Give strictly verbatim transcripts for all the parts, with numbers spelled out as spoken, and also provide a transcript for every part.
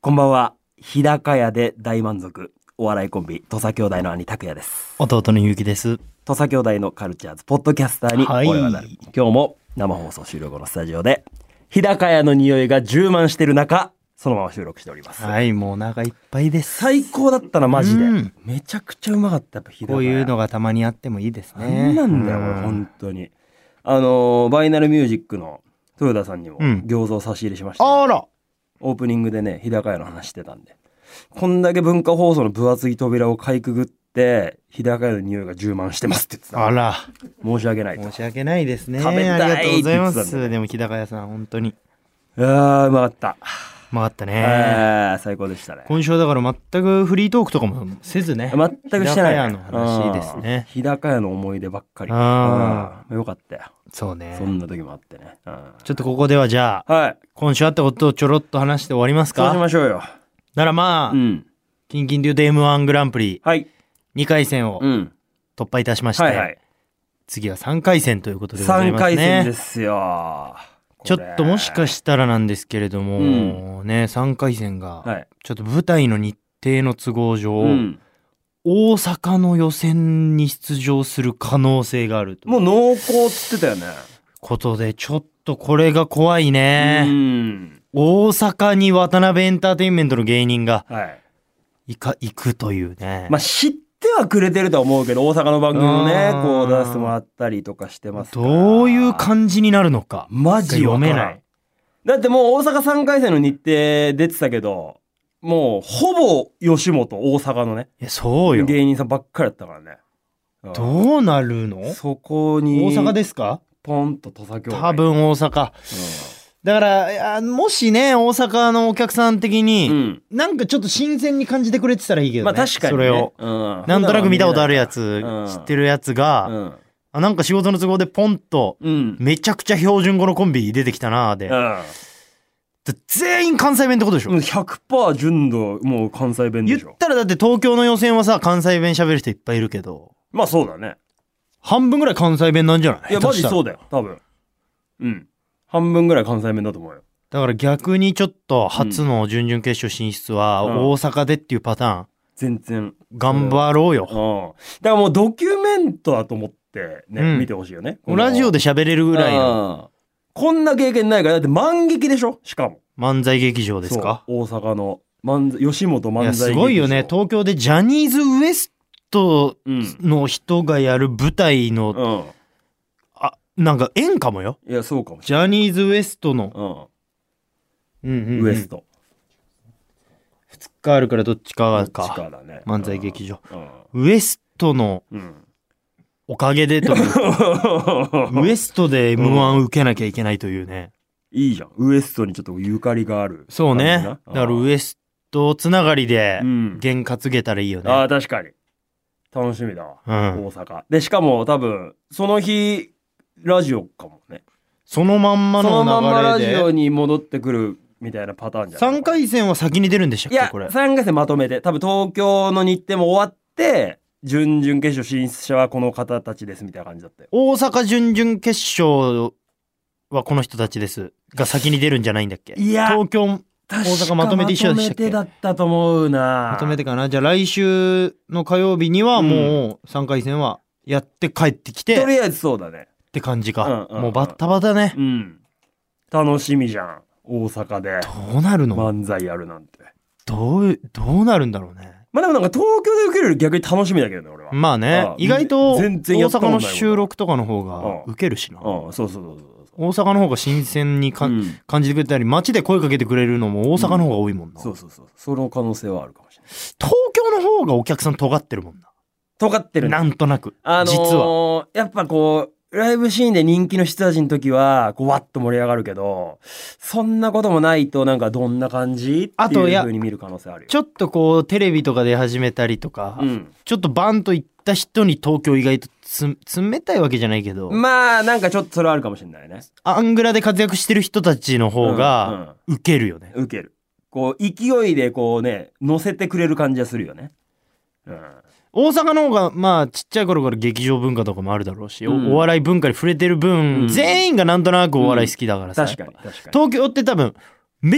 こんばんは。日高屋で大満足。お笑いコンビ、土佐兄弟の兄拓也です。 弟のゆうきです。 土佐兄弟のカルチャーズポッドキャスターにはい俺はなる。今日も生放送終了後のスタジオで、日高屋の匂いが充満してる中、そのまま収録しております。 はい、もうお腹いっぱいです。 最高だったな、マジで。 うんめちゃくちゃうまかった、やっぱ日高屋。 こういうのがたまにあってもいいですなね。 んなんだよ、 うこれ、本当に。あのー、バイナルミュージックの豊田さんにもうん餃子を差し入れしましたよ、 あら、 オープニングでね、日高屋の話してたんで。こんだけ文化放送の分厚い扉をかいくぐって、日高屋の匂いが充満してますって言ってた。 あら、 申し訳ないと。 申し訳ないですね。 食べたいありがとうございまって言ってたんだす。でも日高屋さん本当にいやー、うまかった。 うまかったね。 えー、最高でしたね。 今週はだから全くフリートークとかもせずね。 全くしてない。 日高屋の話ですねうん。日高屋の思い出ばっかり。 あうんよかったよ。 そうねそ。んな時もあってね。うんちょっとここではじゃあ、 はい。 今週あったことをちょろっと話して終わりますそうしか。 ましょうよ。 だからまあ、 うん。 キンキンで言うと エムワン グランプリはい。 にかい戦をうん。 突破いたしまして、 はいはい。 次はさんかい戦ということでござい 3 ますね。 回戦ですよ。 ちょっともしかしたらなんですけれども、 うね、さんかい戦が、 はい。 ちょっと舞台の日程の都合上、 うん。 大阪の予選に出場する可能性があるともういう濃厚っつってたよね。 ことで、ちょっとこれが怖いうね。 ん。 大阪に渡辺エンターテインメントの芸人がはい。 いか行くというね。 まあ、知ってはくれてるとは思うけど、大阪の番組もね、 うんこう出してもらったりとかしてますから。 どういう感じになるのか。 マジわからん読めない。 だってもう大阪さんかい戦の日程出てたけど、もうほぼ吉本、大阪のね、 いや、そうよ。 芸人さんばっかりやったからね。うんどうなるの？ そこに、 大阪ですか？ ポンと土佐兄弟。 多分大阪。だからいや、もしね、大阪のお客さん的うに、 ん。 なんかちょっと新鮮に感じてくれてたらいいけどね。 まあ確かに、ね。 それを。 うん。 なんとなく見たことあるやつ、 うん知ってるやつが、 うん。 あ、なんか仕事の都合でポンと、 うん。 めちゃくちゃ標準語のコンビ出てきたなーで。で全員関西弁ってことでしょ？ うん。ひゃくパーセント純度、もう関西弁でしょ。 言ったらだって東京の予選はさ、関西弁喋る人いっぱいいるけど、 まあそうだね。 半分ぐらい関西弁なんじゃない？ いや、マジそうだ。 だよ、多分。うん。半分ぐらい関西弁だと思うよ。 だから逆にちょっと初の準々決勝進出はうん大阪でっていうパターン、 全然。 頑張ろうよ。 うん。だからもうドキュメントだと思ってね、 うん見てほしいよね。 ラジオで喋れるぐらいのの。こんな経験ないから、だって漫劇でしょしかも。 漫才劇場ですか？ そう大阪の漫才、吉本漫才いや、 劇場。 すごいよね。東京でジャニーズ ウエストうん。 の人がやる舞台の、 うん。 あ、なんか縁かもよ。 いや、そうかもしジャニーズ ウエストの、 れない。 うんうんうんうん。ウエスト。 ふつかあるからどっちかどっちか。 かだね。 漫才劇場。 うん。 ウエストのうん。 おかげでというか、ウエストで エムワン 受けなきゃいけないというね。 いいじゃん。ウエストにちょっとゆかりがある。 そうね。 感じなだからウエストつながりでう、ん。 験担げたらいいよああ、 ね。 確かに。楽しみだわ。 うん。 大阪。で、しかも多分、その日、ラジオかもね。 そのまんまそのまんまの流れで。 ラジオに戻ってくるみたいなパターンじゃないさんかい戦は先に出るんでしたっいや、 けこれ。 さんかい戦まとめて、多分東京の日程も終わって、準々決勝進出者はこの方たちですみたいな感じだったよ。 大阪準々決勝はこの人たちですが先に出るんじゃないんだっけ？ いや東京大阪まとめて一緒でしたっけ？ まとめてだったと思うな。 まとめてかな。じゃあ来週の火曜日にはもうさんかい戦はやって帰ってきてっとりあえずそうだね。 て感じか。 うんうんうんもうバッタバタね。 うん。楽しみじゃん。大阪でどうなるの？ 漫才やるなんて。 どう、どうなるんだろうね。 まあでもなんか東京で受けるより逆に楽しみだけどね、俺は。 まあねああ、 意外と大全然やったことない阪の収録とかの方がうんウケるしな。 うん、そうそうそうそう大阪の方が新鮮にか、 うん感じてくれたり、街で声かけてくれるのも大阪の方が多いもんな。 そうそうそう。その可能性はあるかもしれない。 東京の方がお客さん尖ってるもんな。 尖ってるね。 なんとなく。 あのー、 実は。 やっぱこう、ライブシーンで人気の人たちの時は、こう、わっと盛り上がるけど、そんなこともないと、なんかどんな感じっていうあといや風に見る可能性あるよ。 ちょっとこう、テレビとかで始めたりとか、 うん。 ちょっとバンと行った人に東京意外とつ冷たいわけじゃないけど、 まあ、なんかちょっとそれはあるかもしれないね。 アングラで活躍してる人たちの方が、ウケるよね。 受ける。こう、勢いでこうね、乗せてくれる感じはするよね。うん。 大阪の方がまあちっちゃい頃から劇場文化とかもあるだろうし、 うんおお笑い文化に触れてる分、 うん全員がなんとなくお笑い好きだからさ、 確かに、確かに。 東京って多分めっち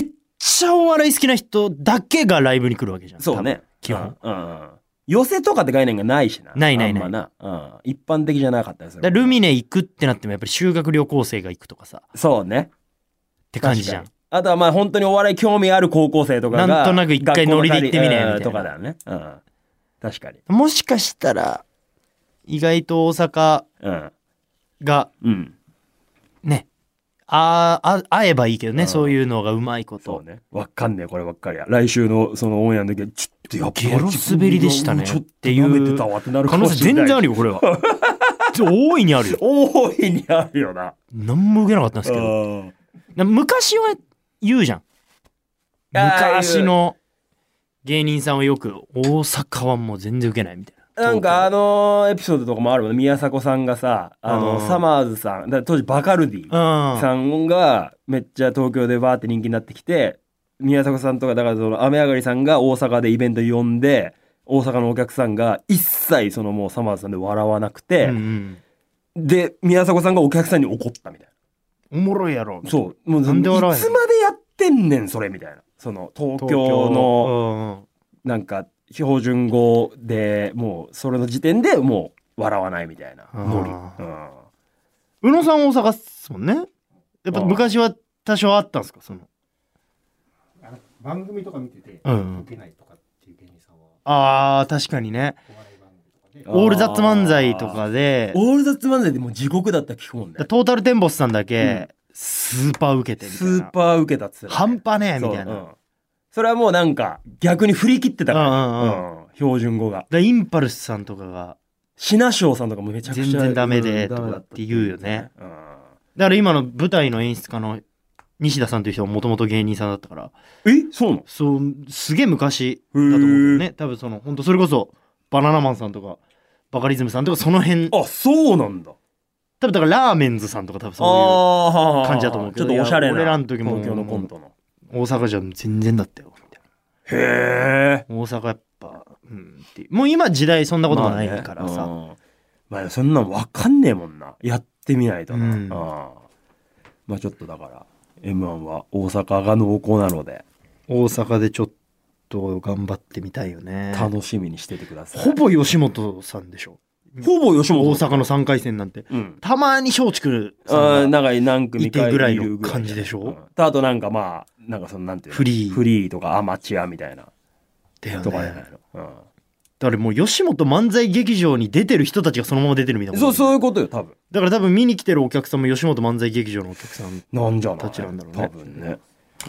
ちゃお笑い好きな人だけがライブに来るわけじゃん。 そうね。 基本。 うんうんうん。寄せとかって概念がないしな。 ないないないあんまな。うん。一般的じゃなかったりする。 だからルミネ行くってなってもやっぱり修学旅行生が行くとかさ。 そうね。 って感じじゃん。 あとはまあ本当にお笑い興味ある高校生とかが。 なんとなく一回乗りで行ってみねみたいな。 とかだよね。うん。確かに。 もしかしたら、意外と大阪が、 うん。うん。 ね、ああ、会えばいいけどね、 うんそういうのがうまいこと。 そうね。わかんねえ、こればっかりや。来週のそのオンエアの時は、ちょっとやっぱゲロ滑りでしたねちょっと舐めてたわってなるか可能性もしれない。 全然あるよ、これは。大いにあるよ。 大いにあるよな。 何も受けなかったんですけど。 うんな昔は言うじゃん。昔の芸人さんはよく、大阪はもう全然受けないみたいな。 なんかあのーエピソードとかもあるもんね。宮迫さんがさ、あの、 うんサマーズさん、だから当時バカルディうん。 さんがめっちゃ東京でバーって人気になってきて、宮迫さんとか、だからその雨上がりさんが大阪でイベント呼んで、大阪のお客さんが一切そのもうサマーズさんで笑わなくて、 うんうん、 で、宮迫さんがお客さんに怒ったみたいおもろいやろ。 な。そう。もうなんで笑わへんいつまでやってんねん、それみたいな。その東京の、なんか、標準語でもうそれの時点でもう笑わないみたいなノリ、うん、 宇野さん大阪っすもんね。やっぱ昔は多少あったんですか、そのあの番組とか見てて、 うん、 受けないとかっていう芸人さんはあー確かにね。オールザッツ漫才とかでオールザッツ漫才でもう地獄だった聞くもんね。 トータルテンボスさんだけ、うん、スーパー受けてみたいな。 スーパー受けたっつって、ね、 半端ねえみたいな。 そ,、うん、それはもうなんか逆に振り切ってたから、 うんうんうん、 標準語が。 だインパルスさんとかがシナショウさんとかもめちゃくちゃ全然ダメでとかって言うよね、うん、だから今の舞台の演出家の西田さんという人はもともと芸人さんだったから。 えそうなの？ そうすげえ昔だと思うけどね。多分その本当それこそバナナマンさんとかバカリズムさんとかその辺。 あそうなんだ。 多分だからラーメンズさんとか多分そういう感じだと思うけど、 ちょっとおしゃれな俺らの時も東京のコントの大阪じゃ全然だったよみたいな。へえ。 大阪やっぱ、うん、ってもう今時代そんなこともないからさ、まあね、 うんまあ、そんなん分かんねえもんな。やってみないとな、うん、あまあちょっとだから エムワン は大阪が濃厚なので大阪でちょっと頑張ってみたいよね。 楽しみにしててください。 ほぼ吉本さんでしょ。 ほぼ吉本大阪のさんかい戦なんて、うん、たまに松竹さんが何組かいるぐらいの感じでしょ、うん、 あとなんかまあなんかそのなんていうのフリーフリーとかアマチュアみたいなだよね。 とかじゃないの、うん、 だからもう吉本漫才劇場に出てる人たちがそのまま出てるみたいな、 そうそういうことよ多分。 だから多分見に来てるお客さんも吉本漫才劇場のお客さんなんじゃないたちなんだろうね多分ね、うん、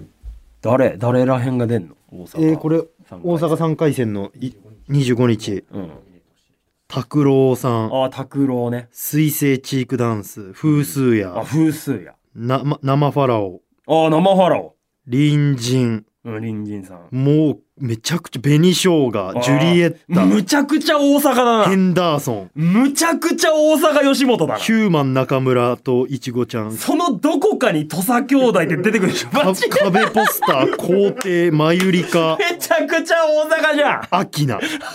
誰誰らへんが出んの大阪。 えー、これ大阪さんかい戦のにじゅうごにち、うん拓郎さん。 ああ、拓郎ね。 水星チークダンス。風数や。 あ、風数や。 な、ま、生ファラオ。 ああ、生ファラオ。 隣人。 うん、隣人さん。 もう、めちゃくちゃ、紅生姜、ジュリエッタ。 むちゃくちゃ大阪だな。 ヘンダーソン。 むちゃくちゃ大阪吉本だな。 ヒューマン中村といちごちゃん。 そのどこかに土佐兄弟って出てくるでしょ。 壁ポスター、皇帝、マユリカ。 めちゃくちゃ大阪じゃん。 アキナ。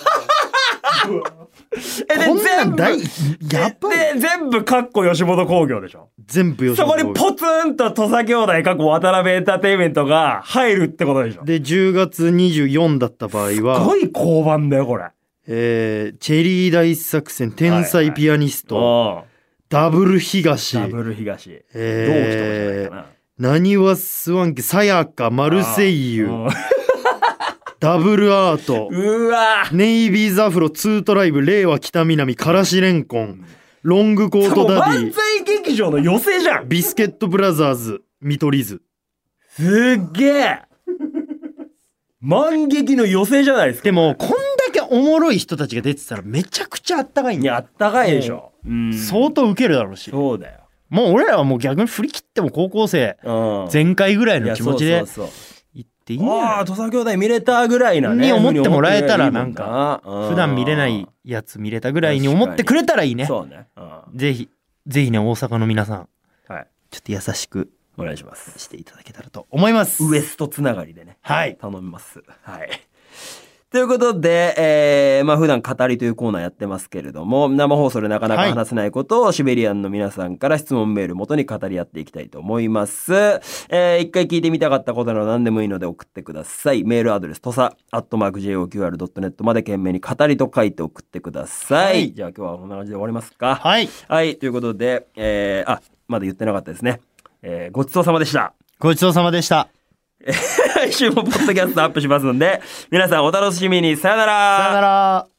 えで全部やっぱりで全部かっこ吉本興業でしょ。 全部吉本。そこにポツンと土佐兄弟かっこ渡辺エンターテインメントが入るってことでしょ。 でじゅうがつにじゅうよっかだった場合はすごい交番だよこれ。 えー、チェリー大作戦天才ピアニスト、はいはい、ダブル東ダブル東、 えー、同期とかじゃないかな。なにわスワンケさやかマルセイユダブルアート、 うわネイビーズアフロツートライブ令和北南からしれんこん、ロングコートダディ漫才劇場の寄せじゃん。 ビスケットブラザーズ見取り図。 すっげえ漫劇の寄せじゃないですか。 でもこんだけおもろい人たちが出てたらめちゃくちゃあったかいんだよ。 いやあったかいでしょ、うん、 相当ウケるだろうし。 そうだよ。 もう俺らはもう逆に振り切っても高校生全開ぐらいの気持ちで行っていいんじゃない。 ああ土佐兄弟見れたぐらいなねに思ってもらえたらなんか普段見れないやつ見れたぐらいに思ってくれたらいいね。 そうね、 ぜひぜひね大阪の皆さん、 はい、 ちょっと優しくお願いしますしていただけたらと思います。 ウエストつながりでね、 はい、 頼みます。はい。 ということで、えー、まあ普段語りというコーナーやってますけれども、生放送でなかなか話せないことをシベリアンの皆さんから質問メール元に語り合っていきたいと思います。えー、一回聞いてみたかったことなら何でもいいので送ってください。メールアドレス、とさ、アットマーク ジェイオーキューアールドットネット まで懸命に語りと書いて送ってください。はい、じゃあ今日はこんな感じで終わりますか。 はい。 はい、ということで、えー、あ、まだ言ってなかったですね。えー、ごちそうさまでした。 ごちそうさまでした。 来週もポッドキャストアップしますので、皆さんお楽しみに。さよなら。 さよなら。